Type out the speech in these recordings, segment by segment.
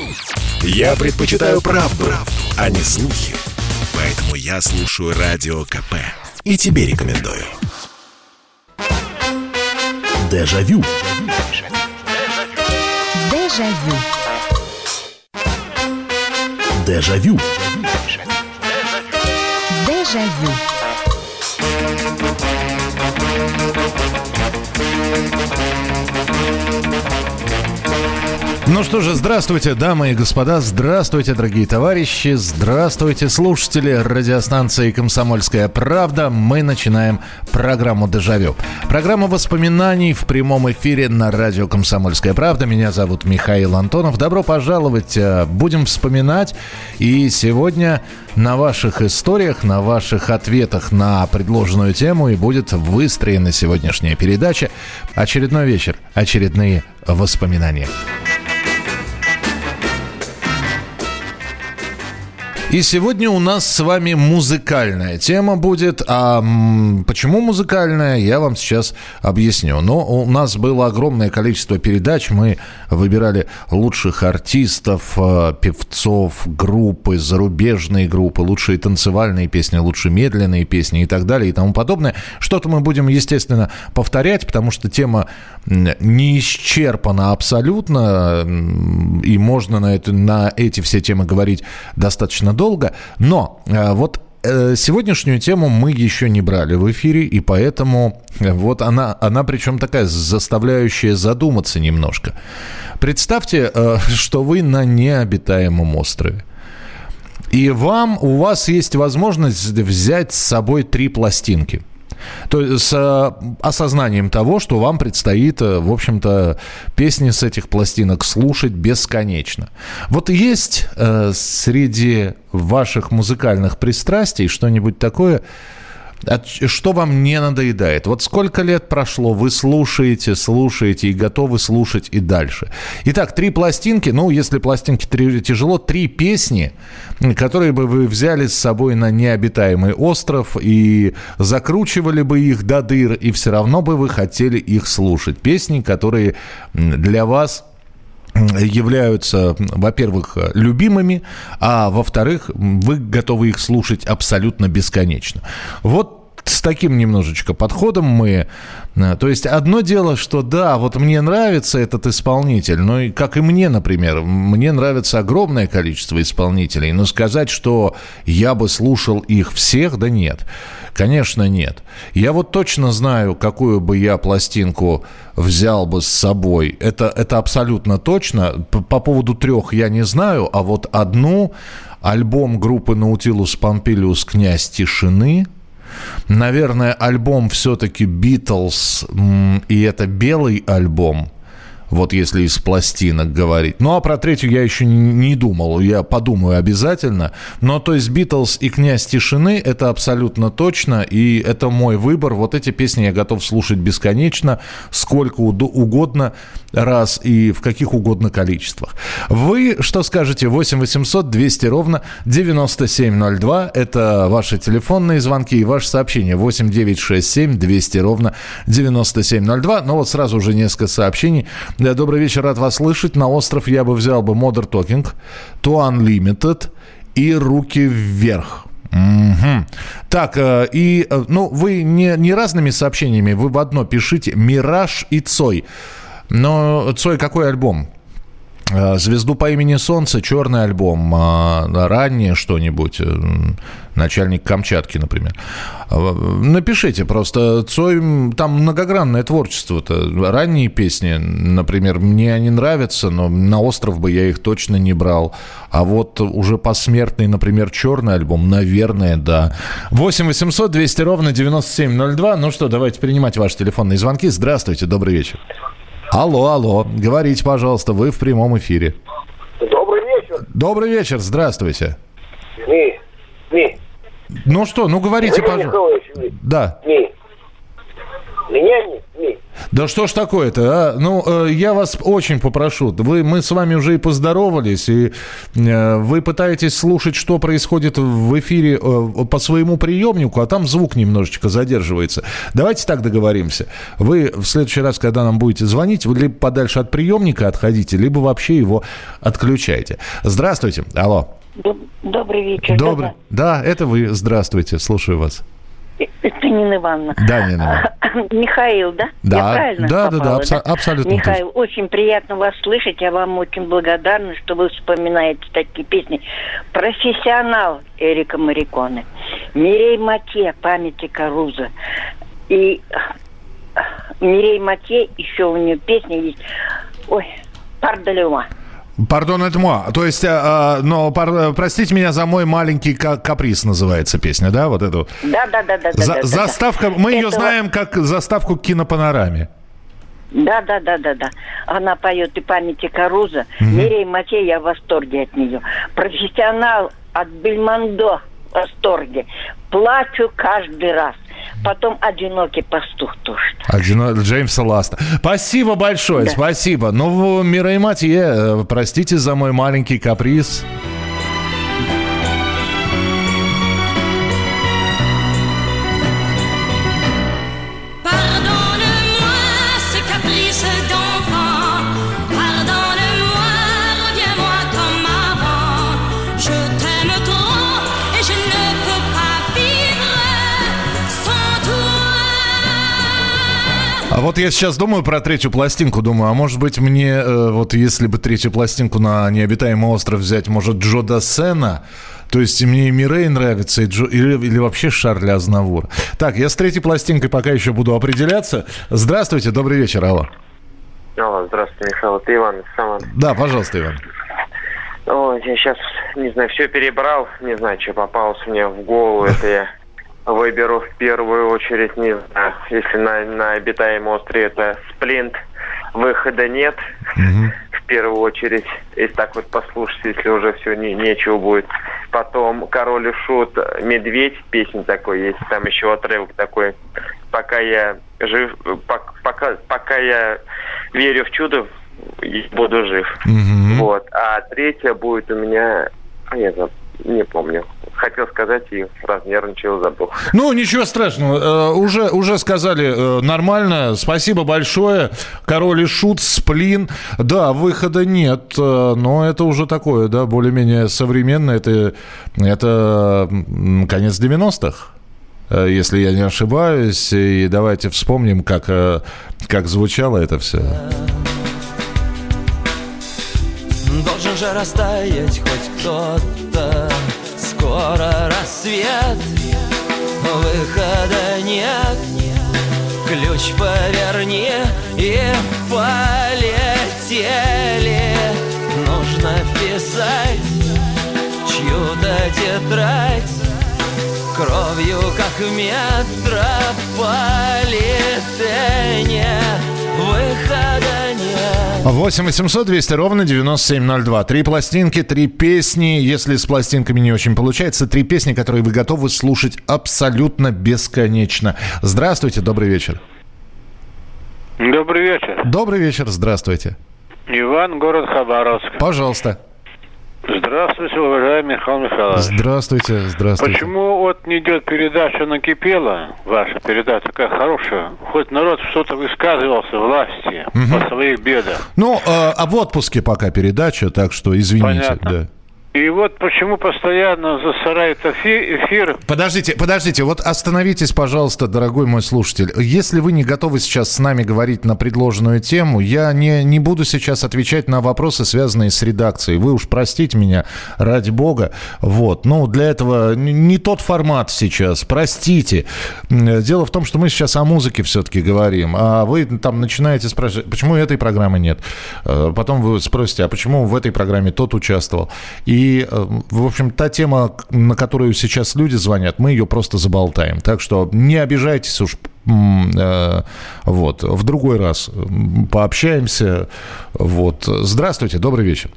Я предпочитаю правду, а не слухи. Поэтому я слушаю Радио КП. И тебе рекомендую. Дежавю. Дежавю. Дежавю. Дежавю. Ну что же, здравствуйте, дамы и господа, здравствуйте, дорогие товарищи, здравствуйте, слушатели радиостанции «Комсомольская правда». Мы начинаем программу «Дежавю». Программа воспоминаний в прямом эфире на радио «Комсомольская правда». Меня зовут Михаил Антонов. Добро пожаловать. Будем вспоминать. И сегодня на ваших историях, на ваших ответах на предложенную тему и будет выстроена сегодняшняя передача. Очередной вечер, очередные воспоминания. И сегодня у нас с вами музыкальная тема будет. А почему музыкальная, я вам сейчас объясню. Но у нас было огромное количество передач. Мы выбирали лучших артистов, певцов, группы, зарубежные группы, лучшие танцевальные песни, лучшие медленные песни и так далее и тому подобное. Что-то мы будем, естественно, повторять, потому что тема не исчерпана абсолютно. И можно на эти все темы говорить достаточно долго, но вот сегодняшнюю тему мы еще не брали в эфире, и поэтому вот она причем такая заставляющая задуматься немножко. Представьте, что вы на необитаемом острове, и у вас есть возможность взять с собой 3 пластинки. То есть с осознанием того, что вам предстоит, в общем-то, песни с этих пластинок слушать бесконечно. Вот есть среди ваших музыкальных пристрастий что-нибудь такое, что вам не надоедает? Вот сколько лет прошло, вы слушаете и готовы слушать и дальше. Итак, 3 пластинки, если пластинки тяжело, 3 песни, которые бы вы взяли с собой на необитаемый остров и закручивали бы их до дыр, и все равно бы вы хотели их слушать. Песни, которые для вас являются, во-первых, любимыми, а во-вторых, вы готовы их слушать абсолютно бесконечно. Вот с таким немножечко подходом мы... То есть одно дело, что да, вот мне нравится этот исполнитель, но и как и мне, например, мне нравится огромное количество исполнителей, но сказать, что я бы слушал их всех, да нет. Конечно, нет. Я вот точно знаю, какую бы я пластинку взял бы с собой. Это абсолютно точно. По поводу 3 я не знаю, а вот одну, альбом группы Nautilus Pompilius «Князь тишины». Наверное, альбом все-таки Beatles, и это белый альбом. Вот если из пластинок говорить. Ну, а про 3 я еще не думал. Я подумаю обязательно. Но, то есть, Битлз и «Князь тишины» — это абсолютно точно. И это мой выбор. Вот эти песни я готов слушать бесконечно, сколько угодно раз и в каких угодно количествах. Вы что скажете? 8 800 200 ровно 9702. Это ваши телефонные звонки и ваши сообщения. 8 967 200 ровно 9702. Но вот сразу уже несколько сообщений. Да, добрый вечер, рад вас слышать. На остров я бы взял бы Modern Talking, To Unlimited и Руки вверх. Угу. Так, вы не разными сообщениями, вы в одно пишите «Мираж» и «Цой». Но «Цой» какой альбом? «Звезду по имени Солнце», черный альбом, раннее что-нибудь, «Начальник Камчатки», например. Напишите просто. Цой, там многогранное творчество-то. Ранние песни, например, мне они нравятся, но на остров бы я их точно не брал. А вот уже посмертный, например, черный альбом, наверное, да. 8 800 200 ровно 9702. Ну что, давайте принимать ваши телефонные звонки. Здравствуйте, добрый вечер. Алло, говорите, пожалуйста, вы в прямом эфире. Добрый вечер. Добрый вечер, здравствуйте. Ми. Ну что, говорите, пожалуйста. Ми. Да. Ми. Меня Ми. Да что ж такое-то, а? Ну, я вас очень попрошу. Мы с вами уже и поздоровались, и вы пытаетесь слушать, что происходит в эфире по своему приемнику, а там звук немножечко задерживается. Давайте так договоримся. Вы в следующий раз, когда нам будете звонить, вы либо подальше от приемника отходите, либо вообще его отключайте. Здравствуйте. Алло. Добрый вечер. Да, это вы. Здравствуйте. Слушаю вас. Это Нина Ивановна. Да, Нина Ивановна. Михаил, да? Да, Я правильно попала, да? Абсолютно. Михаил, очень приятно вас слышать. Я вам очень благодарна, что вы вспоминаете такие песни. «Профессионал» Эрика Морриконе, «Мирей Матье» памяти Карузо. И Мирей Матье, еще у нее песня есть. Ой, «Пардалюма». Пардон, это moi. То есть, простите меня за мой маленький каприз называется песня, да? Вот эту. Да. Заставка, мы ее знаем как заставку к кинопанораме. Да. Она поет и памяти Карузо. Мирей Матье, я в восторге от нее. «Профессионал» от Бельмондо в восторге. Плачу каждый раз. Потом «Одинокий пастух» тоже. Джеймса Ласта. Спасибо большое, да. Спасибо. Ну, Мирей Матье, простите за мой маленький каприз. А вот я сейчас думаю про третью пластинку, думаю, а может быть мне, вот если бы третью пластинку на «Необитаемый остров» взять, может, Джо Дассена? То есть мне и Мирей нравится, или вообще Шарль Азнавур. Так, я с третьей пластинкой пока еще буду определяться. Здравствуйте, добрый вечер, алло. Алло, здравствуйте, Михаил, это Иван из Самары. Да, пожалуйста, Иван. Ой, я сейчас, не знаю, все перебрал, не знаю, что попалось мне в голову, это я выберу в первую очередь, не знаю, если на обитаемом острове это «Сплинт», «Выхода нет». В первую очередь, если так вот послушать, если уже все, нечего будет. Потом «Король и Шут», «Медведь», песня такой есть, там еще отрывок такой. «Пока я жив, пока я верю в чудо, буду жив». Вот. А третья будет у меня, не помню. Хотел сказать и разнервничал, забыл. Ну, ничего страшного. Уже сказали нормально. Спасибо большое. «Король и Шут», «Сплин». Да, выхода нет. Но это уже такое, да, более-менее современное. Это конец 90-х. Если я не ошибаюсь. И давайте вспомним, как звучало это все. Должен же растаять хоть кто-то. Скоро рассвет, выхода нет. Ключ поверни и полетели. Нужно вписать в чью-то тетрадь кровью, как в метрополитене. Выхода нет. 8 800 200 ровно 9702. 3 пластинки, 3 песни. Если с пластинками не очень получается, 3 песни, которые вы готовы слушать абсолютно бесконечно. Здравствуйте, добрый вечер. Добрый вечер. Добрый вечер, здравствуйте. Иван, город Хабаровск. Пожалуйста. Здравствуйте, уважаемый Михаил Михайлович. Здравствуйте. Почему вот не идет передача «Накипела», ваша передача такая хорошая? Хоть народ что-то высказывался власти о своих бедах. Ну, а в отпуске пока передача, так что извините. Понятно. Да. И вот почему постоянно засоряет эфир. Подождите, вот остановитесь, пожалуйста, дорогой мой слушатель. Если вы не готовы сейчас с нами говорить на предложенную тему, я не буду сейчас отвечать на вопросы, связанные с редакцией. Вы уж простите меня, ради бога. Вот. Ну, для этого не тот формат сейчас, простите. Дело в том, что мы сейчас о музыке все-таки говорим, а вы там начинаете спрашивать, почему этой программы нет. Потом вы спросите, а почему в этой программе тот участвовал. И, в общем, та тема, на которую сейчас люди звонят, мы ее просто заболтаем. Так что не обижайтесь уж. Вот. В другой раз пообщаемся. Вот. Здравствуйте, добрый вечер.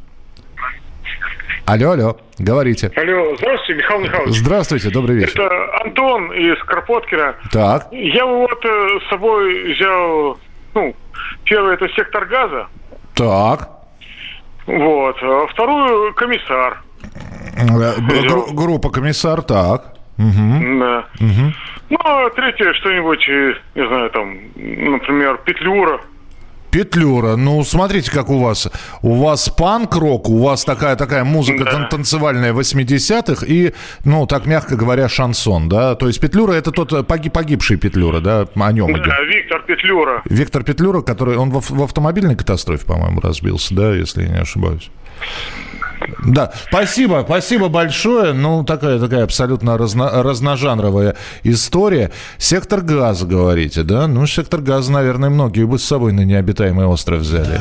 Алло, говорите. Алло, здравствуйте, Михаил Михайлович. Здравствуйте, добрый вечер. Это Антон из Кропоткина. Так. Я вот с собой взял Первый — это «Сектор газа». Так. Вот. А вторую — «Комиссар». Группа «Комиссар», так. Да. Ну, а третье что-нибудь, не знаю, там, например, «Петлюра». Петлюра. Ну, смотрите, как у вас. У вас панк-рок, у вас такая музыка танцевальная 80-х и, так мягко говоря, шансон, да? То есть Петлюра — это тот погибший Петлюра, да? О нем идет. Да, Виктор Петлюра. Виктор Петлюра, который... Он в автомобильной катастрофе, по-моему, разбился, да, если я не ошибаюсь. Да, спасибо большое. Такая абсолютно разножанровая история. Сектор газа, говорите, да? Сектор газа, наверное, многие бы с собой на необитаемый остров взяли.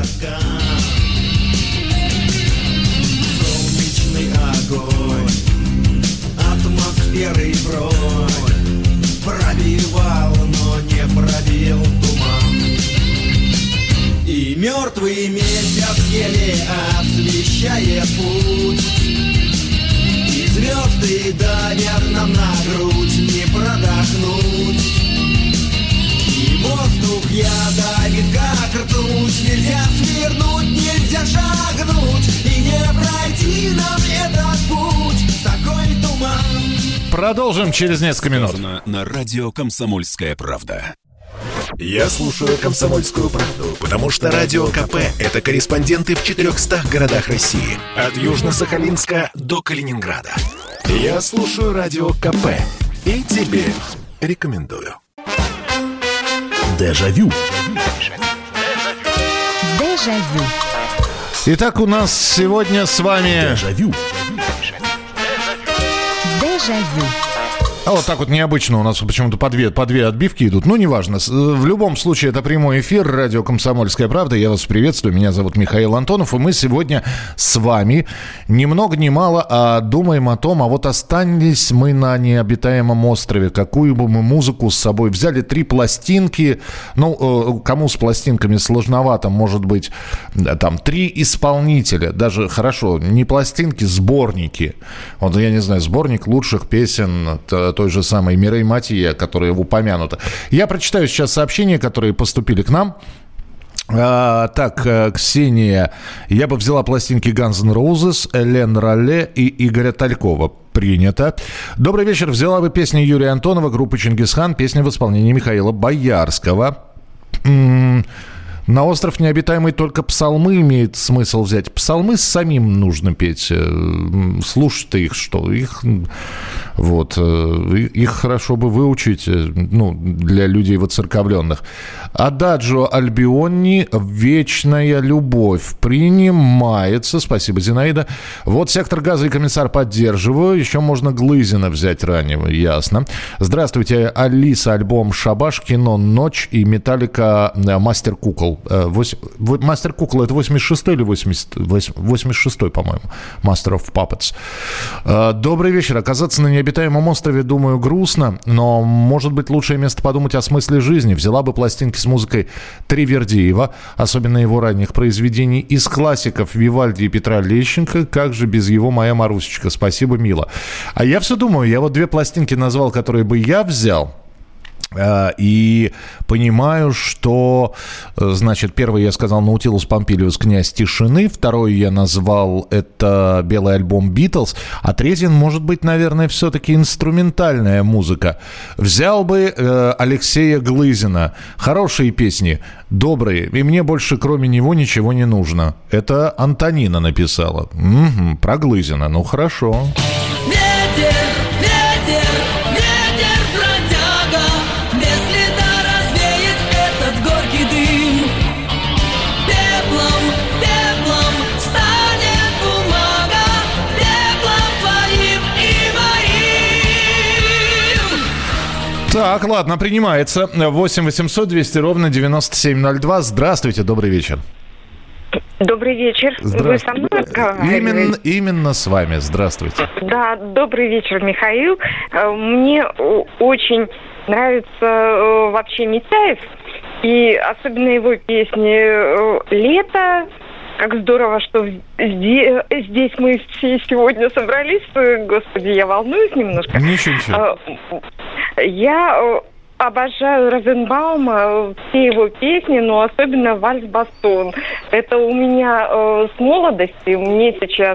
Солнечный огонь, атмосферы бронь пробивал, но не пробил туман. И мертвый месяц еле освещает путь, и звезды давят нам на грудь, не продохнуть. И воздух ядовит, как ртуть, нельзя свернуть, нельзя шагнуть, и не пройти нам этот путь, такой туман. Продолжим через несколько минут. На радио «Комсомольская правда». Я слушаю «Комсомольскую правду», потому что Радио КП – это корреспонденты в 400 городах России. От Южно-Сахалинска до Калининграда. Я слушаю Радио КП и тебе рекомендую. Дежавю. Дежавю. Итак, у нас сегодня с вами... Дежавю. Дежавю. А вот так вот необычно у нас почему-то по две отбивки идут. Неважно. В любом случае, это прямой эфир. Радио «Комсомольская правда». Я вас приветствую. Меня зовут Михаил Антонов. И мы сегодня с вами ни много ни мало думаем о том, вот остались мы на необитаемом острове. Какую бы мы музыку с собой взяли? 3 пластинки. Кому с пластинками сложновато, может быть, там 3 исполнителя. Даже, хорошо, не пластинки, сборники. Вот, я не знаю, сборник лучших песен той же самой Мирей Матье, которая упомянута. Я прочитаю сейчас сообщения, которые поступили к нам. Так, Ксения, я бы взяла пластинки Guns N' Roses, Элен Ролле и Игоря Талькова. Принято. Добрый вечер. Взяла бы песни Юрия Антонова, группы «Чингисхан», песня в исполнении Михаила Боярского. На остров необитаемый только псалмы имеет смысл взять. Псалмы самим нужно петь. Слушать-то их что? Их хорошо бы выучить, для людей воцерковленных. Ададжо Альбиони «Вечная любовь» принимается. Спасибо, Зинаида. Вот «Сектор газа» и «Комиссар» поддерживаю. Еще можно Глызина взять раннего. Ясно. Здравствуйте. Алиса, альбом «Шабаш», кино «Ночь» и «Металлика» «Мастер кукол». «Мастер кукол» — это 86-й или 86-й, по-моему. «Master of Puppets». Добрый вечер. Оказаться на необитаемом острове, думаю, грустно, но, может быть, лучшее место подумать о смысле жизни. Взяла бы пластинки с музыкой Тривердиева, особенно его ранних произведений, из классиков Вивальди и Петра Лещенко. Как же без его «Моя Марусечка». Спасибо, мило. А я все думаю, я вот 2 пластинки назвал, которые бы я взял. И понимаю, что, значит, первый я сказал «Наутилус Помпилиус. Князь тишины», второй я назвал это «Белый альбом Битлз», а третий, может быть, наверное, все-таки инструментальная музыка. Взял бы Алексея Глызина. Хорошие песни, добрые, и мне больше кроме него ничего не нужно. Это Антонина написала. Про Глызина, хорошо. Ветер, ветер, ветер, бродяга, без следа развеет этот горький дым. Пеплом, пеплом станет бумага, пеплом твоим и моим. Так, ладно, принимается. 8 800 200 ровно 9702. Здравствуйте, добрый вечер. Добрый вечер. Вы со мной разговариваете? Именно с вами. Здравствуйте. Да, добрый вечер, Михаил. Мне очень нравится вообще Митяев. И особенно его песни «Лето». Как здорово, что здесь мы все сегодня собрались. Господи, я волнуюсь немножко. Ничего. Я обожаю Розенбаума, все его песни, но особенно «Вальс-бастон». Это у меня с молодости, мне сейчас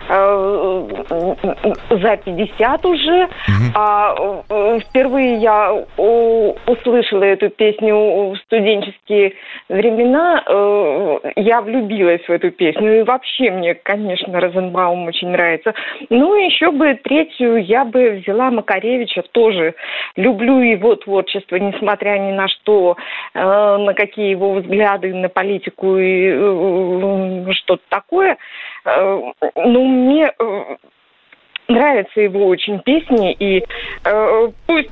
за 50 уже, а впервые я услышала эту песню в студенческие времена, я влюбилась в эту песню, и вообще мне, конечно, Розенбаум очень нравится. Ну, еще бы третью я бы взяла Макаревича, тоже люблю его творчество, несмотря ни на что, на какие его взгляды на политику и что-то такое. Ну, мне нравятся его очень песни, и пусть,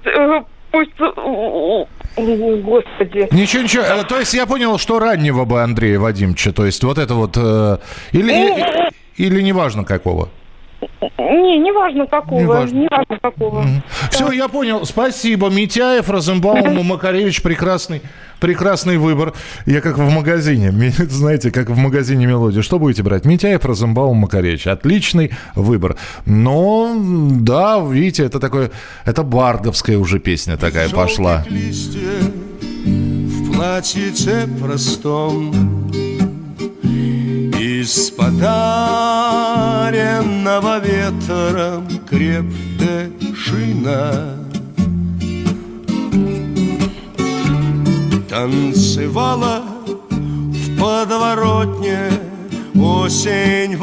господи. Ничего. То есть я понял, что раннего бы Андрея Вадимовича, то есть вот это вот... Или неважно какого? Не важно какого. Не важно какого. Все, я понял. Спасибо. Митяев, Розенбаум, Макаревич. Прекрасный выбор. Я как в магазине. Знаете, как в магазине «Мелодия». Что будете брать? Митяев, Розенбаум, Макаревич. Отличный выбор. Но, да, видите, это такое... Это бардовская уже песня такая пошла. В платьице простом, из подаренного ветром крепдышина танцевала в подворотне осень,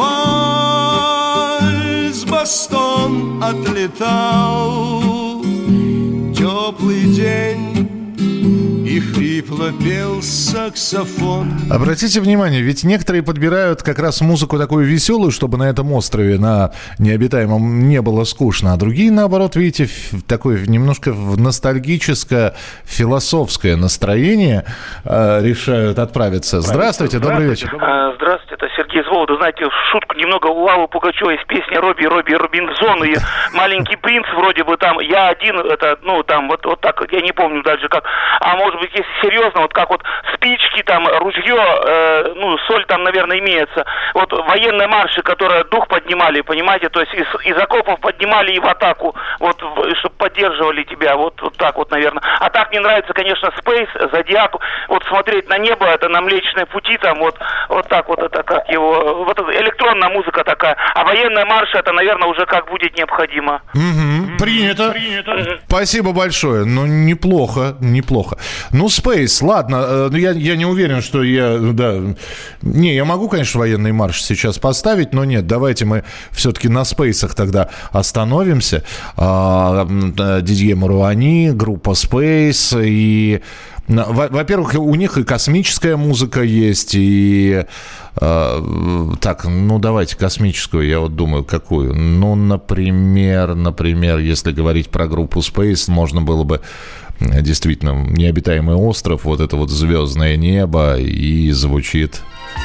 вальс-бастон отлетал, теплый день, и хрипло пел саксофон. Обратите внимание, ведь некоторые подбирают как раз музыку такую веселую, чтобы на этом острове, на необитаемом, не было скучно. А другие, наоборот, видите, такое немножко ностальгическое, философское настроение решают отправиться. Здравствуйте, добрый вечер. Здравствуйте, это Сергей из Вологды. Знаете, шутку немного у Аллы Пугачевой из песни Робби Робинзон и «Маленький принц» вроде бы там. Я один, это, ну, там, вот так, я не помню дальше как. А может быть, если серьезно, вот как вот спички, там, ружье, соль там, наверное, имеется. Вот военные марши, которые дух поднимали, понимаете, то есть из окопов поднимали и в атаку, вот, чтобы поддерживали тебя, вот так вот, наверное. А так мне нравится, конечно, Space, Зодиак, вот смотреть на небо, это на Млечные пути, там, вот так вот, это как его, вот электронная музыка такая. А военные марши, это, наверное, уже как будет необходимо. Принято. Спасибо большое. Ну, неплохо. Ну, Space, ладно. Я не уверен, что я... Да. Не, я могу, конечно, военный марш сейчас поставить, но нет, давайте мы все-таки на Space'ах тогда остановимся. Дидье Маруани, группа Space, и... Во-первых, у них и космическая музыка есть, и... Так, ну давайте космическую, я вот думаю, какую. Ну, например, если говорить про группу Space, можно было бы действительно необитаемый остров, вот это вот звездное небо, и звучит...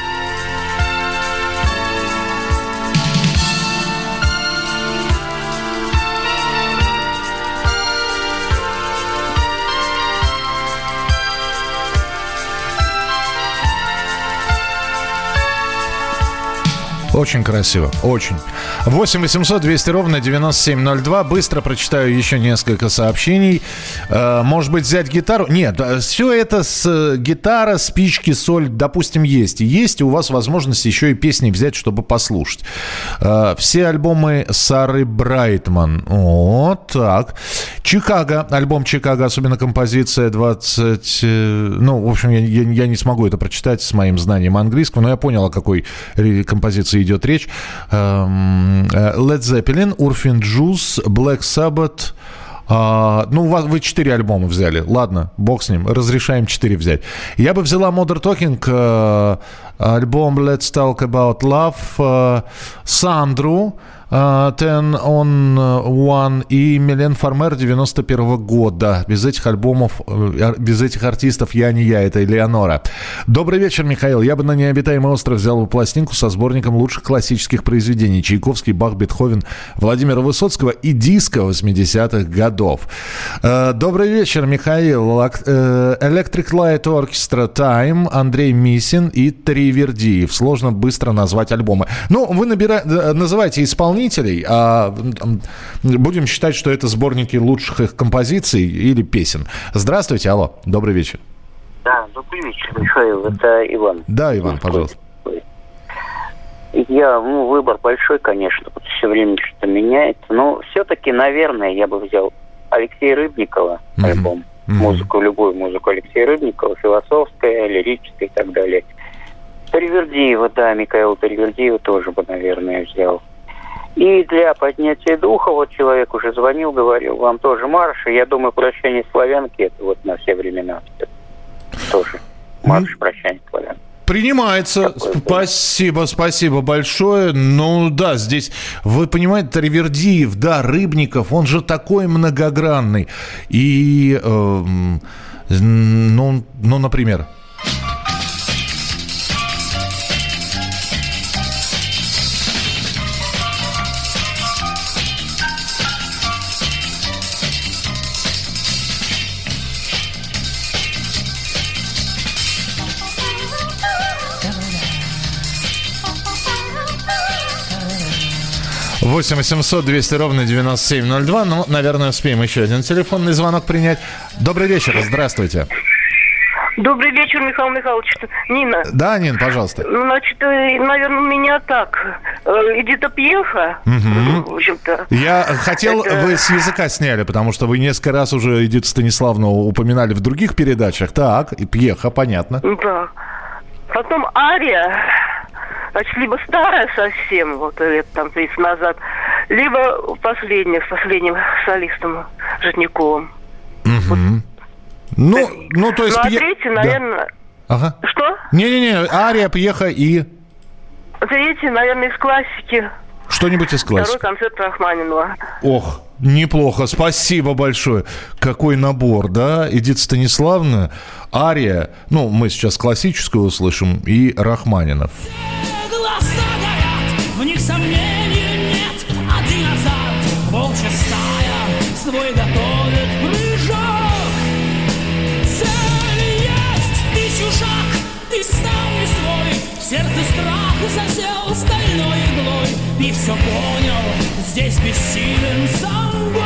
Очень красиво, очень. 8 800 200 ровно 9702. Быстро прочитаю еще несколько сообщений. Может быть, взять гитару? Нет, все это с гитара, спички, соль, допустим, есть. И есть у вас возможность еще и песни взять, чтобы послушать. Все альбомы Сары Брайтман. Вот так. Чикаго, альбом Чикаго, особенно композиция 20... Ну, в общем, я не смогу это прочитать с моим знанием английского, но я понял, о какой композиции идет речь. Led Zeppelin, Urfin Juice, Black Sabbath. Ну, вы 4 альбома взяли. Ладно, бог с ним. Разрешаем 4 взять. Я бы взяла Modern Talking, альбом Let's Talk About Love, Сандру, Ten on One и Милен Фармер 91 года. Без этих альбомов, без этих артистов я не я, это Элеонора. Добрый вечер, Михаил. Я бы на необитаемый остров взял бы пластинку со сборником лучших классических произведений. Чайковский, Бах, Бетховен, Владимира Высоцкого и диско 80-х годов. Добрый вечер, Михаил. Electric Light Orchestra Time, Андрей Мисин и Trio Таривердиев. Сложно быстро назвать альбомы. Ну, вы называйте исполнителей, а будем считать, что это сборники лучших их композиций или песен. Здравствуйте, алло, добрый вечер. Да, добрый вечер, Михаил, это Иван. Да, Иван, пожалуйста. Выбор большой, конечно, все время что-то меняется, но все-таки, наверное, я бы взял Алексея Рыбникова альбом, любую музыку Алексея Рыбникова, философская, лирическая и так далее. Таривердиева, да, Михаила Таривердиева тоже бы, наверное, взял. И для поднятия духа, вот человек уже звонил, говорил, вам тоже марш, и я думаю, «Прощание славянки» это вот на все времена тоже марш «Прощание славянки». Принимается. Спасибо большое. Ну да, здесь, вы понимаете, Таривердиев, да, Рыбников, он же такой многогранный. И, например... 8 800 200 ровно 9702. Ну, наверное, успеем еще один телефонный звонок принять. Добрый вечер, здравствуйте. Добрый вечер, Михаил Михайлович. Нина. Да, Нин, пожалуйста. Значит, наверное, у меня так. Эдита Пьеха, в общем-то. Я хотел, вы с языка сняли, потому что вы несколько раз уже Эдиту Станиславовну упоминали в других передачах. Так, и Пьеха, понятно. Да. Потом ария. Значит, либо старая совсем, вот лет там 30 назад, либо последняя, с последним солистом Житниковым. Вот. Ну, то есть... Ну, а третья, наверное... Да. Ага. Что? Не-не-не, ария, Пьеха и... Третья, наверное, из классики. Что-нибудь из классики. Второй концерт Рахманинова. Ох, неплохо, спасибо большое. Какой набор, да? Эдита Станиславовна, ария, ну, мы сейчас классическую услышим, и Рахманинов. Глаза горят, в них сомнений нет. Один азарт, волчья стая, свой готовит прыжок. Цель есть, ты чужак, ты сам не свой. В сердце страх засел стальной иглой. Ты все понял, здесь бессилен сам Бог.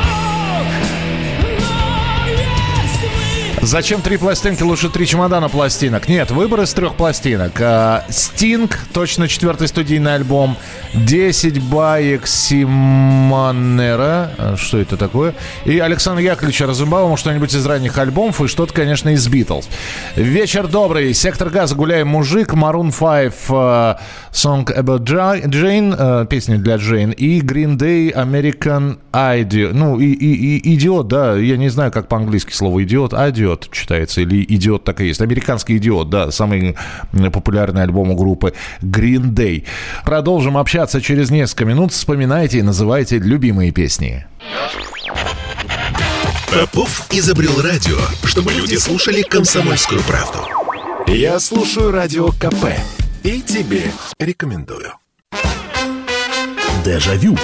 Зачем 3 пластинки? Лучше 3 чемодана пластинок. Нет, выбор из 3 пластинок. Стинг, точно 4-й студийный альбом. 10 баек Симонера. Что это такое? И Александр Яковлевича Розенбаума, что-нибудь из ранних альбомов. И что-то, конечно, из Битлз. Вечер добрый. Сектор газа, гуляем, мужик. Maroon 5, Song About Jane, песня для Джейн. И Green Day, American Idiot. Ну, и идиот, да. Я не знаю, как по-английски слово идиот. Идиот читается, или идиот так и есть. Американский идиот, да, самый популярный альбом у группы Green Day. Продолжим общаться через несколько минут. Вспоминайте и называйте любимые песни. Попов изобрел радио, чтобы люди слушали «Комсомольскую правду». Я слушаю радио КП и тебе рекомендую. Дежавю.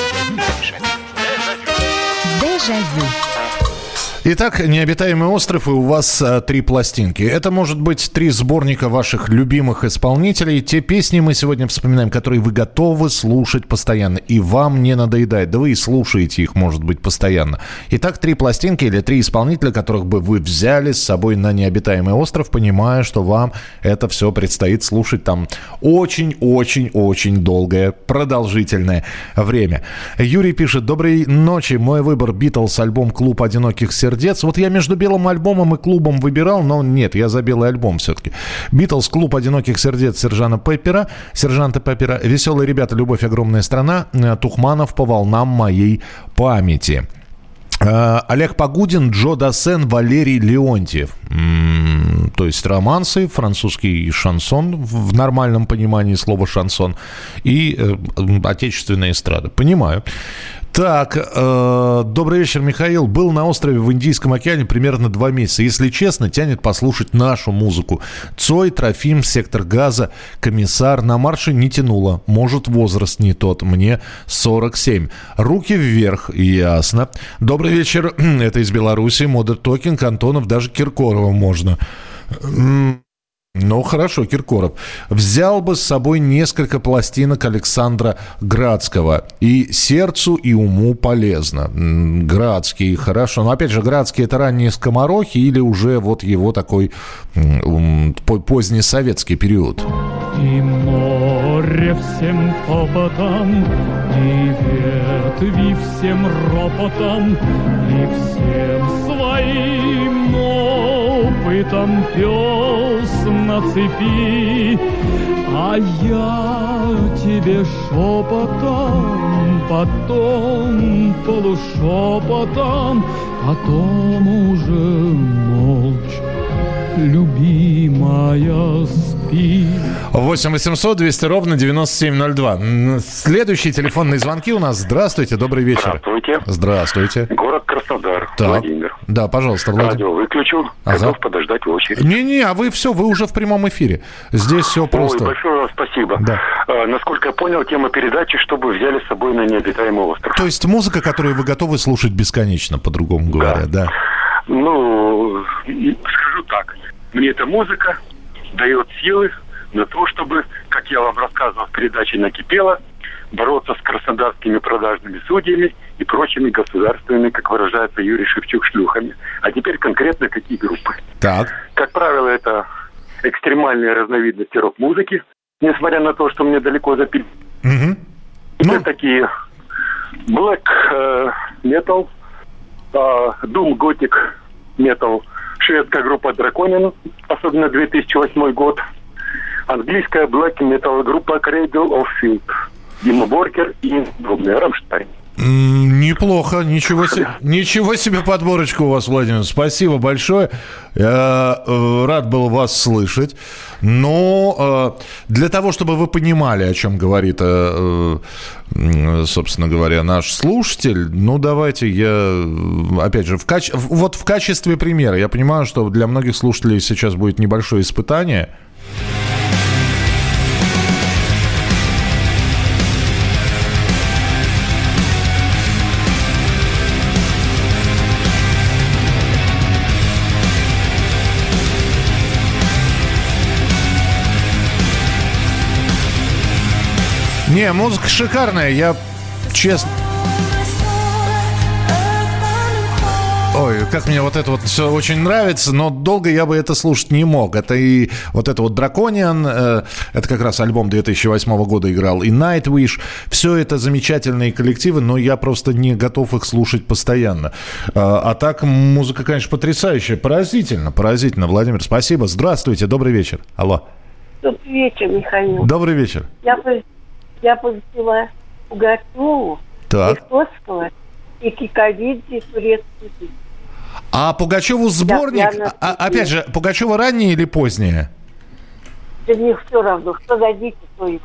Дежавю. Итак, «Необитаемый остров», и у вас 3 пластинки. Это может быть 3 сборника ваших любимых исполнителей. Те песни мы сегодня вспоминаем, которые вы готовы слушать постоянно. И вам не надоедает. Да вы и слушаете их, может быть, постоянно. Итак, 3 пластинки или 3 исполнителя, которых бы вы взяли с собой на «Необитаемый остров», понимая, что вам это все предстоит слушать там очень-очень-очень долгое, продолжительное время. Юрий пишет: «Доброй ночи. Мой выбор — Битлз, альбом «Клуб одиноких сердец». Вот я между белым альбомом и клубом выбирал, но нет, я за белый альбом все-таки. Битлз, «Клуб одиноких сердец» сержанта Пеппера, «Веселые ребята», «Любовь, огромная страна», Тухманов, «По волнам моей памяти». Олег Погудин, Джо Дассен, Валерий Леонтьев. То есть романсы, французский шансон в нормальном понимании слова шансон и отечественная эстрада. Понимаю. Так, добрый вечер, Михаил. Был на острове в Индийском океане примерно 2 месяца. Если честно, тянет послушать нашу музыку. Цой, Трофим, Сектор газа, Комиссар. На марше не тянуло. Может, возраст не тот. Мне 47. Руки вверх. Ясно. Добрый вечер. Это из Беларуси. Модер Токинг, Антонов, даже Киркорова можно. Ну, хорошо, Киркоров. Взял бы с собой несколько пластинок Александра Градского. И сердцу, и уму полезно. Градский, хорошо. Но, опять же, Градский — это ранние скоморохи или уже вот его такой поздний советский период? И море всем попотом, и ветви всем ропотом, и всем своим опытом пес на цепи. А я тебе шепотом, потом полушепотом, потом уже молча, любимая, спи. 8 800 200 ровно 9702. Следующие телефонные звонки у нас. Здравствуйте, добрый вечер. Здравствуйте. Здравствуйте. Город Краснодар, так. Владимир. Да, пожалуйста, Владимир. Радио выключил, готов подождать в очередь. Не-не, а вы уже в прямом эфире. Здесь все просто. Ой, большое вам спасибо. Да. Насколько я понял, тема передачи, чтобы взяли с собой на необитаемый остров. То есть музыка, которую вы готовы слушать бесконечно, по-другому говоря, да? Ну, скажу так. Мне эта музыка дает силы на то, чтобы, как я вам рассказывал в передаче «Накипело», бороться с краснодарскими продажными судьями и прочими государственными, как выражается Юрий Шевчук, шлюхами. А теперь конкретно какие группы? Так. Как правило, это экстремальные разновидности рок-музыки, несмотря на то, что мне далеко за 50. Это такие black metal, doom gothic metal, шведская группа Draconian, особенно 2008 год, английская black metal группа Cradle of Filth, Дима Боркер и подобные, Рамштайн. Неплохо, ничего себе подборочка у вас, Владимир. Спасибо большое. Я рад был вас слышать. Но для того, чтобы вы понимали, о чем говорит, собственно говоря, наш слушатель, ну, давайте я, опять же, в качестве примера. Я понимаю, что для многих слушателей сейчас будет небольшое испытание. Не, музыка шикарная, я честно... Ой, как мне вот это вот все очень нравится, но долго я бы это слушать не мог. Это и вот это вот Draconian, это как раз альбом 2008 года играл, и Nightwish. Все это замечательные коллективы, но я просто не готов их слушать постоянно. А так музыка, конечно, потрясающая. Поразительно. Владимир, спасибо. Здравствуйте, добрый вечер. Алло. Добрый вечер, Михаил. Добрый вечер. Я позывала Пугачеву, Лиховского и Кикабидзе турецкий язык. А Пугачеву сборник, опять же, Пугачева ранняя или поздняя? Для них все равно, что дадите, то и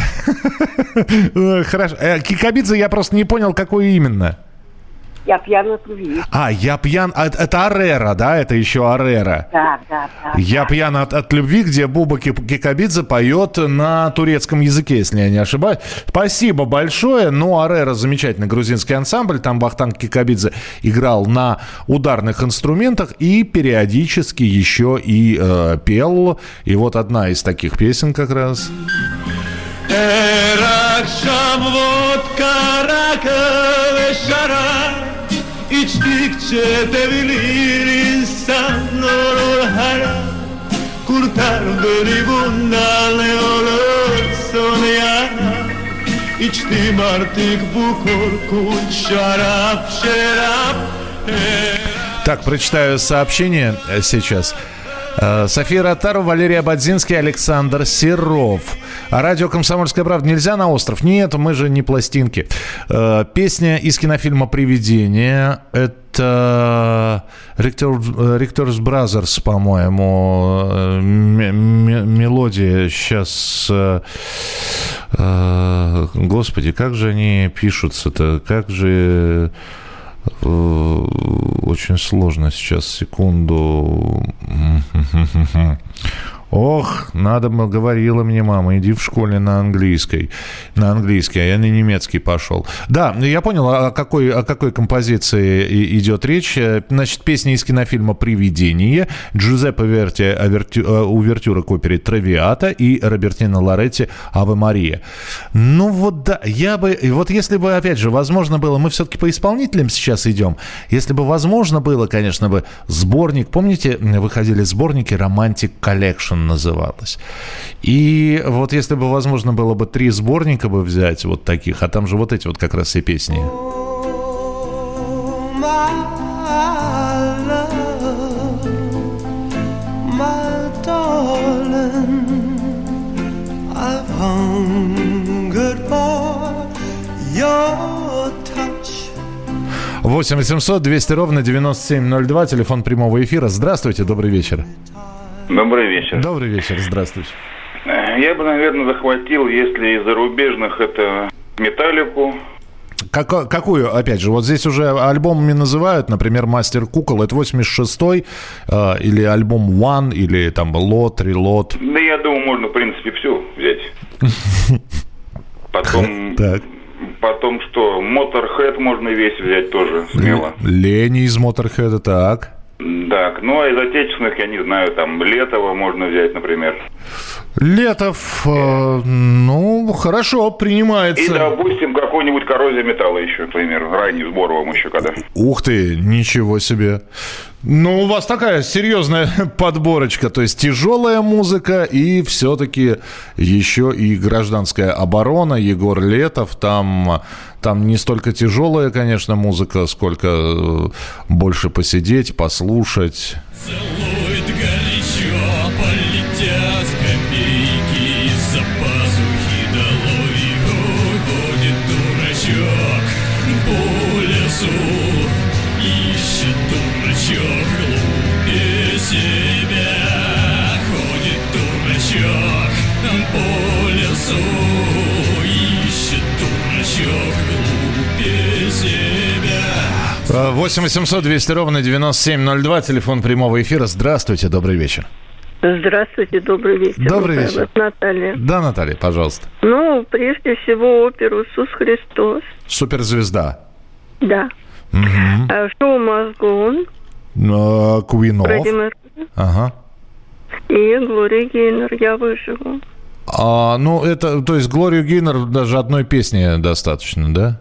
вы. Хорошо. Кикабидзе я просто не понял, какой именно. Я пьян от любви. Я пьян... Это Арера, да? Это еще Арера. Да. Я пьян от любви, где Буба Кикабидзе поет на турецком языке, если я не ошибаюсь. Спасибо большое. Ну, Арера — замечательный грузинский ансамбль. Там Вахтанг Кикабидзе играл на ударных инструментах и периодически еще и пел. И вот одна из таких песен как раз. İçtikçe devilir insan olur harap. Kurtar beni bundan ne olursun yana. İçtim artık bu korkunç şarap. Так, прочитаю сообщение сейчас. София Ротару, Валерий Ободзинский, Александр Серов. Радио «Комсомольская правда». Нельзя на остров? Нет, мы же не пластинки. Песня из кинофильма «Привидение». Это Риктерс Бразерс, по-моему. Мелодия сейчас... Господи, как же они пишутся-то? Как же... Очень сложно сейчас, секунду. Ох, говорила мне мама, иди в школе на английский, а я на немецкий пошел. Да, я понял, о какой композиции идет речь. Значит, песня из кинофильма «Привидение», Джузеппе Верди увертюра к опере «Травиата» и Робертино Лоретти «Аве Мария». Ну вот да, вот если бы, опять же, возможно было, мы все-таки по исполнителям сейчас идем, если бы возможно было, конечно бы, сборник, помните, выходили сборники «Romantic Collection» называлось. И вот если бы возможно было бы 3 сборника бы взять вот таких, а там же вот эти вот как раз все песни. My darling, I've hungered for your touch. 8 800 200 ровно 9702, телефон прямого эфира. Здравствуйте, добрый вечер. Добрый вечер. Добрый вечер, здравствуйте. Я бы, наверное, захватил, если из зарубежных, это «Металлику». Какую, опять же, вот здесь уже альбомами называют, например, «Мастер кукол», это 86-й, или альбом «One», или там «Лот», «Релот». Да, я думаю, можно, в принципе, все взять. Потом что, «Моторхед» можно весь взять тоже, смело. Лени из «Моторхеда», так. Так, ну а из отечественных, я не знаю, там, Летова можно взять, например. Летов, ну, хорошо, принимается. И, допустим, какой-нибудь «Коррозия металла» еще, к примеру, ранний с Боровым еще когда. Ух ты, ничего себе. Ну, у вас такая серьезная подборочка, то есть тяжелая музыка и все-таки еще и гражданская оборона, Егор Летов, там не столько тяжелая, конечно, музыка, сколько больше посидеть, послушать. Целует горячо, полетят копейки, из-за пазухи долой уходит дурачок по лесу, ищет дурачок глупее себя, ходит дурачок по лесу, ищет дурачок глупее себя. 8 800 200 ровно 9702, телефон прямого эфира. Здравствуйте, добрый вечер. Здравствуйте, добрый вечер. Добрый вечер. Наталья. Да, Наталья, пожалуйста. Ну, прежде всего, оперу «Иисус Христос». Суперзвезда. Да. Угу. «Шоу Мазгон». Queen of. Ага. И «Глория Гейнер», «Я выживу». Ну, это, то есть, Глорию Гейнер даже одной песни достаточно, да?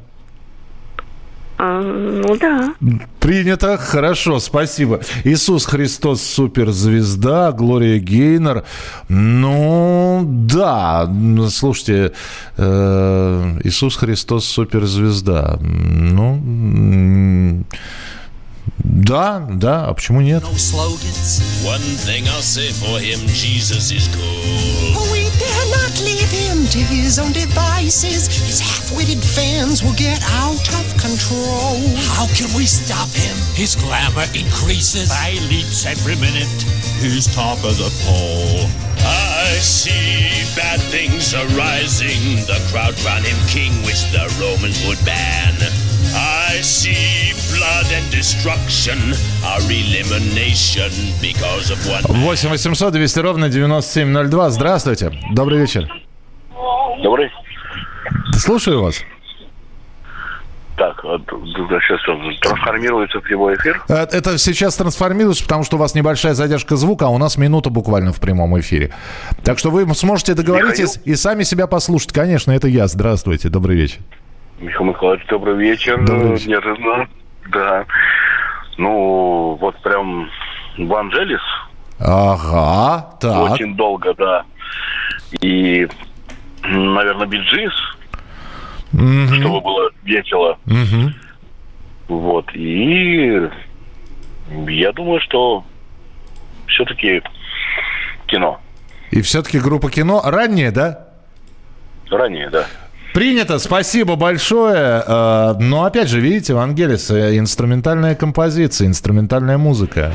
Ну да. Принято, хорошо, спасибо. Иисус Христос суперзвезда, Глория Гейнер. Ну, да, слушайте, Иисус Христос суперзвезда. Ну, да, а почему нет? One thing I'll say for him, Jesus is cool. We dare not leave him to his own devices. His half-witted fans will get out of control. How can we stop him? His glamour increases by leaps every minute. He's top of the poll. I see bad things arising. The crowd crown him king, which the Romans would ban. I see blood and destruction, our elimination because of one. 8 800 200 ровно 9702. Здравствуйте. Добрый вечер. Добрый. Слушаю вас. Так, сейчас трансформируется в прямой эфир. Это сейчас трансформируется, потому что у вас небольшая задержка звука, а у нас минута буквально в прямом эфире. Так что вы сможете договориться и сами себя послушать. Конечно, это я. Здравствуйте. Добрый вечер. Михаил Михайлович, добрый вечер. Неожиданно. Да. Ну, вот прям Ванжелис. Ага, так. Очень долго, да. И, наверное, Биджис. Чтобы было весело. Вот. И я думаю, что все-таки кино. И все-таки группа «Кино». Раннее, да? Раннее, да. Принято, спасибо большое. Но опять же, видите, Вангелис, инструментальная композиция, инструментальная музыка.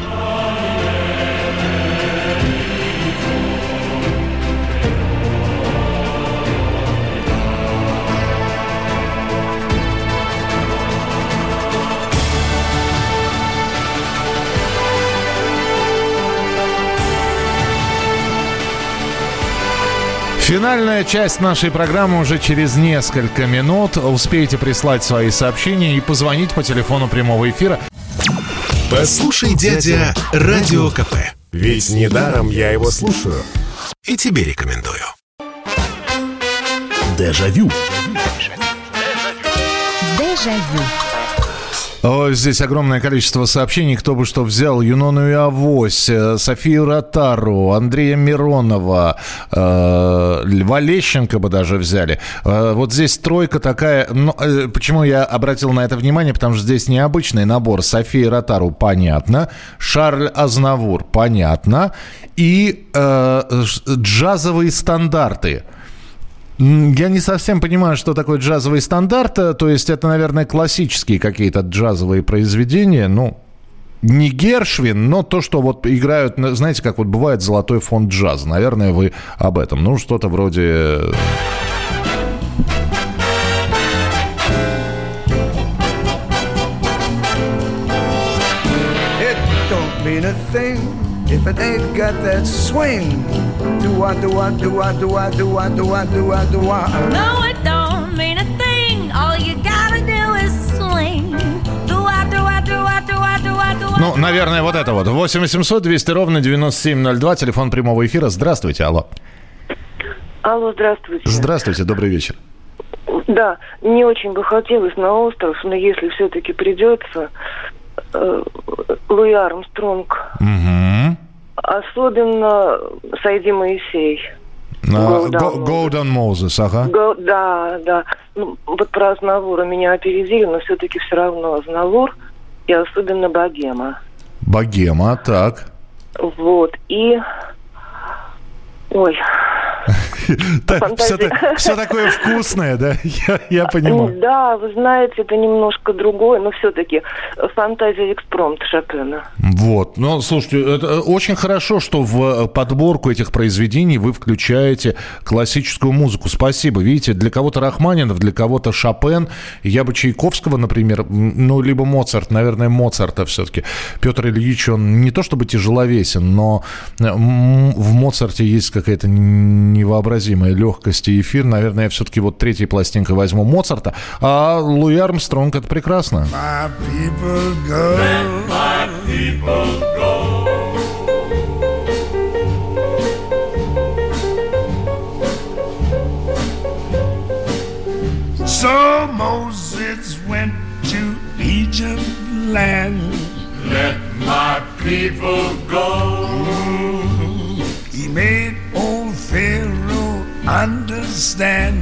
Финальная часть нашей программы уже через несколько минут. Успейте прислать свои сообщения и позвонить по телефону прямого эфира. Послушай, дядя, Радио КП. Ведь недаром я его слушаю. И тебе рекомендую. Дежавю. Дежавю. Ой, здесь огромное количество сообщений. Кто бы что взял. Юнону и Авось, Софию Ротару, Андрея Миронова, Льва Лещенко бы даже взяли. Вот здесь тройка такая. Ну, почему я обратил на это внимание? Потому что здесь необычный набор. София Ротару, понятно. Шарль Азнавур, понятно. И джазовые стандарты. Я не совсем понимаю, что такое джазовый стандарт. То есть это, наверное, классические какие-то джазовые произведения. Ну, не Гершвин, но то, что вот играют, знаете, как вот бывает золотой фонд джаза. Наверное, вы об этом. Ну, что-то вроде... It don't mean a thing if it ain't got that swing. Do-wah, do-wah, do-wah, do-wah, do-wah, do-wah, do-wah, do-wah. No, it don't mean a thing. All you gotta do is swing. Do-wah, do-wah, do-wah, do-wah, do-wah, do-wah. Ну, наверное, вот это вот. 8 800 200 ровно 9702. Телефон прямого эфира. Здравствуйте, алло. Алло, здравствуйте. Здравствуйте, добрый вечер. Да, не очень бы хотелось на остров, но если все-таки придется, Луи Армстронг. Угу. Особенно Сайди Моисей. Golden Moses, ага. Да. Ну, вот про Азнавура меня опередили, но все-таки все равно Азнавур и особенно Богема. Богема, так. Вот, и... Ой... Все такое вкусное, да? Я понимаю. Да, вы знаете, это немножко другое, но все-таки фантазия экспромт Шопена. Вот. Ну, слушайте, это очень хорошо, что в подборку этих произведений вы включаете классическую музыку. Спасибо. Видите, для кого-то Рахманинов, для кого-то Шопен. Я бы Чайковского, например, ну, либо Моцарт, наверное, Моцарта все-таки. Петр Ильич, он не то чтобы тяжеловесен, но в Моцарте есть какая-то невообразимая легкость и эфир. Наверное, я все-таки вот третьей пластинкой возьму Моцарта. А Луи Армстронг — это прекрасно. My people go. Let my people go. So Moses went to Egypt land. Let my people go. He made old Pharaoh understand.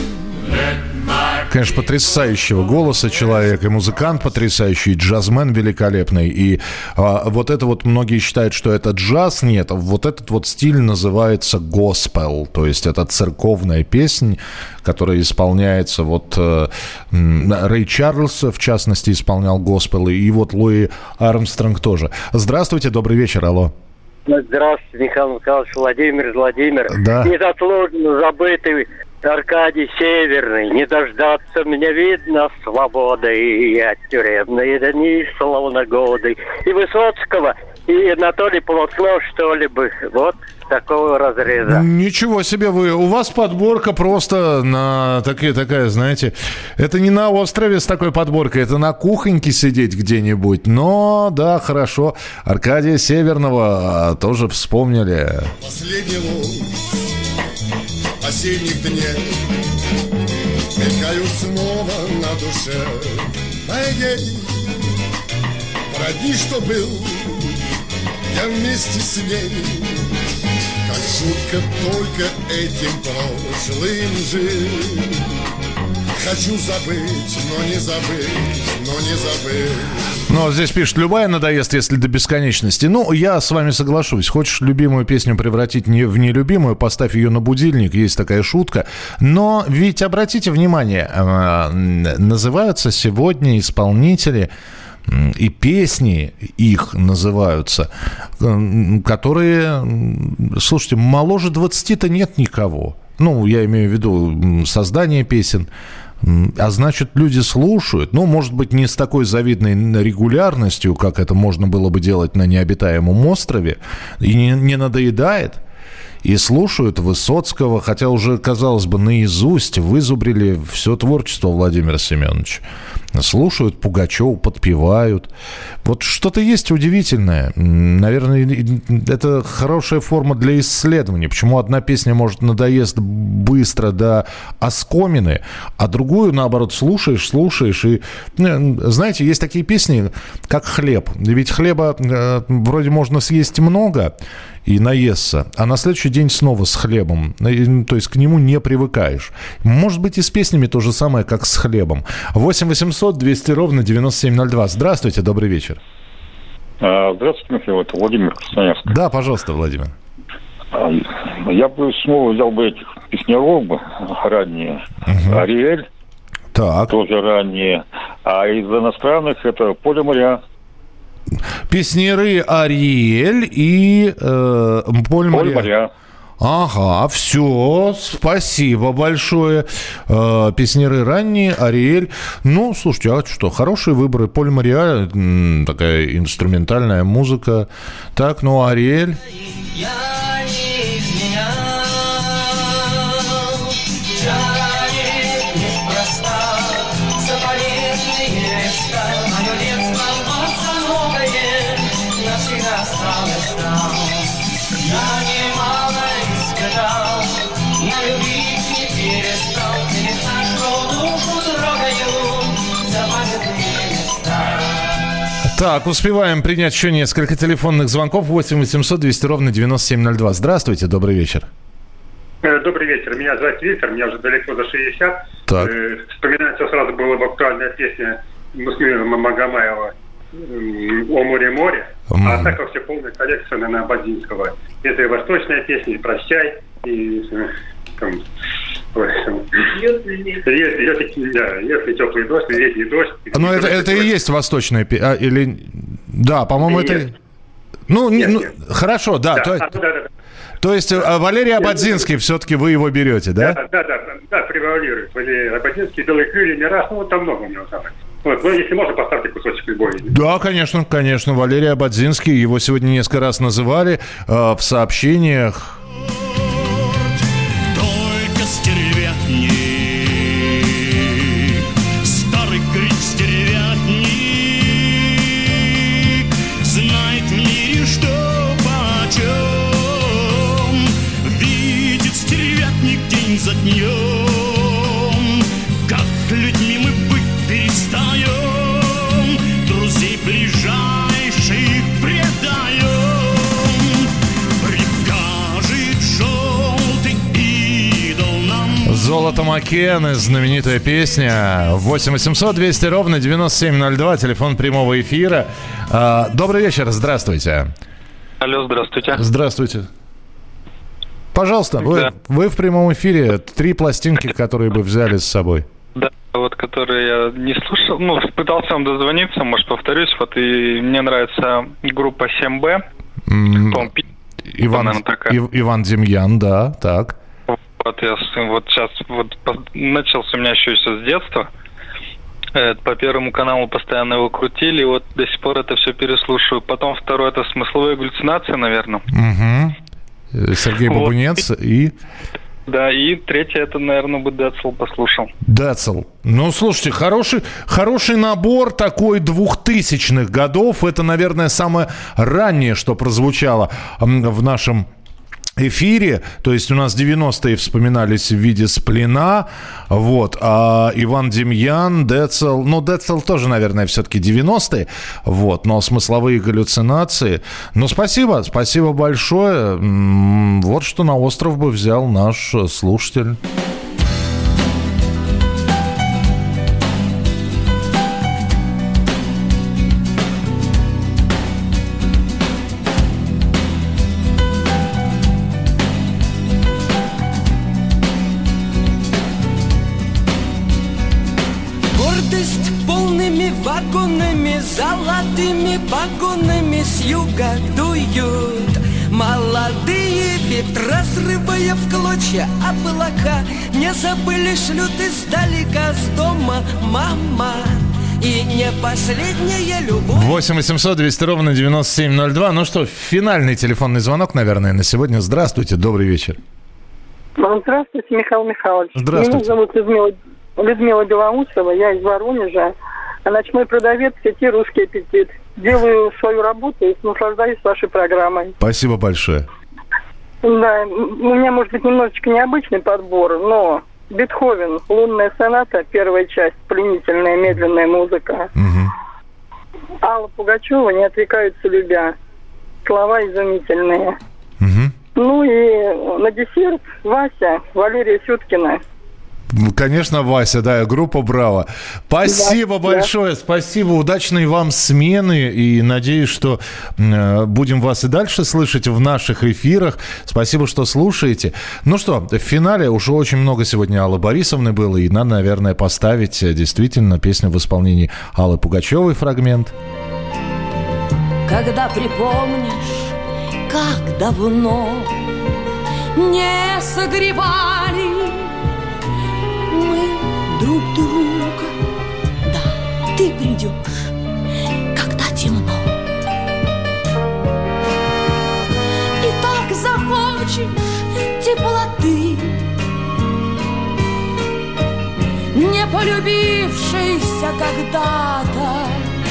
Конечно, потрясающего голоса человек, и музыкант потрясающий, и джазмен великолепный. И вот это вот многие считают, что это джаз. Нет, вот этот вот стиль называется госпел. То есть это церковная песня, которая исполняется вот... Рэй Чарльз, в частности, исполнял госпел, и вот Луи Армстронг тоже. Здравствуйте, добрый вечер, алло. Здравствуйте, Михаил Михайлович, Владимир. Да. Незаслуженно забытый Аркадий Северный. Не дождаться мне видно свободы, и от тюремные дни, словно годы. И Высоцкого, и Анатолий Полотнов, что-либо. Вот такого разреза. Ничего себе вы. У вас подборка просто на такая, знаете, это не на острове с такой подборкой, это на кухоньке сидеть где-нибудь. Но, да, хорошо. Аркадия Северного тоже вспомнили. Последний луч осенних дней мелькают снова на душе. Эгей, про дни, что был, я вместе с ней. Как шутка только этим прошлым жил. Хочу забыть, но не забыть, но не забыть. Ну, здесь пишет, любая надоест, если до бесконечности. Ну, я с вами соглашусь. Хочешь любимую песню превратить в нелюбимую, поставь ее на будильник, есть такая шутка. Но ведь, обратите внимание, называются сегодня исполнители... И песни их называются, которые, слушайте, моложе 20-то нет никого. Ну, я имею в виду создание песен. А значит, люди слушают. Ну, может быть, не с такой завидной регулярностью, как это можно было бы делать на необитаемом острове. И не надоедает. и слушают Высоцкого, хотя уже, казалось бы, наизусть вызубрили все творчество Владимира Семеновича. Слушают Пугачева, подпевают. Вот что-то есть удивительное. Наверное, это хорошая форма для исследования. Почему одна песня может надоест быстро до оскомины, а другую, наоборот, слушаешь. И, знаете, есть такие песни, как «Хлеб». Ведь хлеба вроде можно съесть много и наесться, а на следующий день снова с хлебом. То есть к нему не привыкаешь. Может быть, и с песнями то же самое, как с хлебом. 8 800 200 ровно 9702. Здравствуйте, добрый вечер. Здравствуйте, Михаил, это Владимир Красноярск. Да, пожалуйста, Владимир. Я бы снова взял бы этих песняров бы ранние. Ариэль. Так. Тоже ранние. А из иностранных это Поле моря. Песняры Ариэль и Поле моря. Ага, все, спасибо большое. Песняры ранние, Ариэль. Ну, слушайте, а что, хорошие выборы. Поле моря, такая инструментальная музыка. Так, ну, Ариэль. Так, успеваем принять еще несколько телефонных звонков. 8 800 200 ровно 9702. Здравствуйте, добрый вечер. Добрый вечер. Меня зовут Виктор, мне уже далеко за 60. Так. Вспоминается сразу была актуальная песня Муслима Магомаева «О море-море». А так вообще полная коллекция на Ободзинского. Это и восточная песня, и «Прощай», и там... Если теплый дождь, летний дождь. Ну, это и есть восточная песня. Или... Да, по-моему, это... Нет. Хорошо, да. То есть Валерий Ободзинский, все-таки вы его берете, да? Да, превалирует. Валерий Ободзинский, «Белые крылья», «Мираж», ну, вот там много у него самых. Вот, ну, если можно, поставьте кусочек любой. Да, конечно. Валерий Ободзинский, его сегодня несколько раз называли в сообщениях. Старый крик стервятник знает в мире, что почем. Видит стервятник день за днем, как людьми мы быть перестаем, друзей ближайших предаем. Прикажет желтый идол нам. Золото Маккены, знаменитая песня. 8 800 200 ровно 9702, телефон прямого эфира. Добрый вечер, здравствуйте. Алло, здравствуйте. Здравствуйте. Пожалуйста, Да. вы в прямом эфире. 3 пластинки, которые бы взяли с собой. Да, вот которые я не слушал, пытался вам дозвониться, может, повторюсь, вот и мне нравится группа 7Б. Иван Демьян, да, так. Вот я сейчас начался у меня еще с детства. По Первому каналу постоянно его крутили, и вот до сих пор это все переслушиваю. Потом второе — это «Смысловые галлюцинации», наверное. Угу. Сергей Бабунец и... Да, и третье — это, наверное, бы Децл послушал. Децл. Ну, слушайте, хороший набор такой 2000-х годов. Это, наверное, самое раннее, что прозвучало в нашем эфире. То есть у нас 90-е вспоминались в виде «Сплина». Вот. А Иван Демьян, Децл... Ну, Децл тоже, наверное, все-таки 90-е. Вот. Но «Смысловые галлюцинации». Ну, спасибо большое. Вот что на остров бы взял наш слушатель. Золотыми погонами с юга дуют молодые ветра, срывая в клочья облака. Не забыли, шлют издалека с дома мама, и не последняя любовь. 8 800 200 ровно 9702. Ну что, финальный телефонный звонок, наверное, на сегодня. Здравствуйте, добрый вечер. Здравствуйте, Михаил Михайлович. Здравствуйте. Меня зовут Людмила Белоусова, я из Воронежа. Ночной продавец сети «Русский аппетит». Делаю свою работу и наслаждаюсь вашей программой. Спасибо большое. Да, у меня, может быть, немножечко необычный подбор, но Бетховен, «Лунная соната», первая часть, пленительная, медленная музыка. Алла Пугачева, «Не отрекаются любя». Слова изумительные. Ну и на десерт Вася, Валерия Сюткина. Конечно, Вася, да, группа «Браво». Спасибо большое, спасибо, удачной вам смены, и надеюсь, что будем вас и дальше слышать в наших эфирах. Спасибо, что слушаете. Ну что, в финале уже очень много сегодня Аллы Борисовны было, и надо, наверное, поставить действительно песню в исполнении Аллы Пугачевой, фрагмент. Когда припомнишь, как давно не согревали мы друг друга. Да, ты придешь, когда темно, и так захочешь теплоты, не полюбившейся когда-то,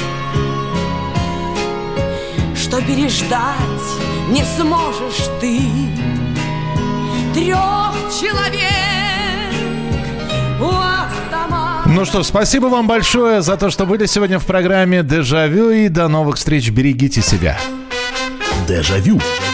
что переждать не сможешь ты. 3 человек у автомата. Ну что, спасибо вам большое за то, что были сегодня в программе «Дежавю», и до новых встреч. Берегите себя. Дежавю.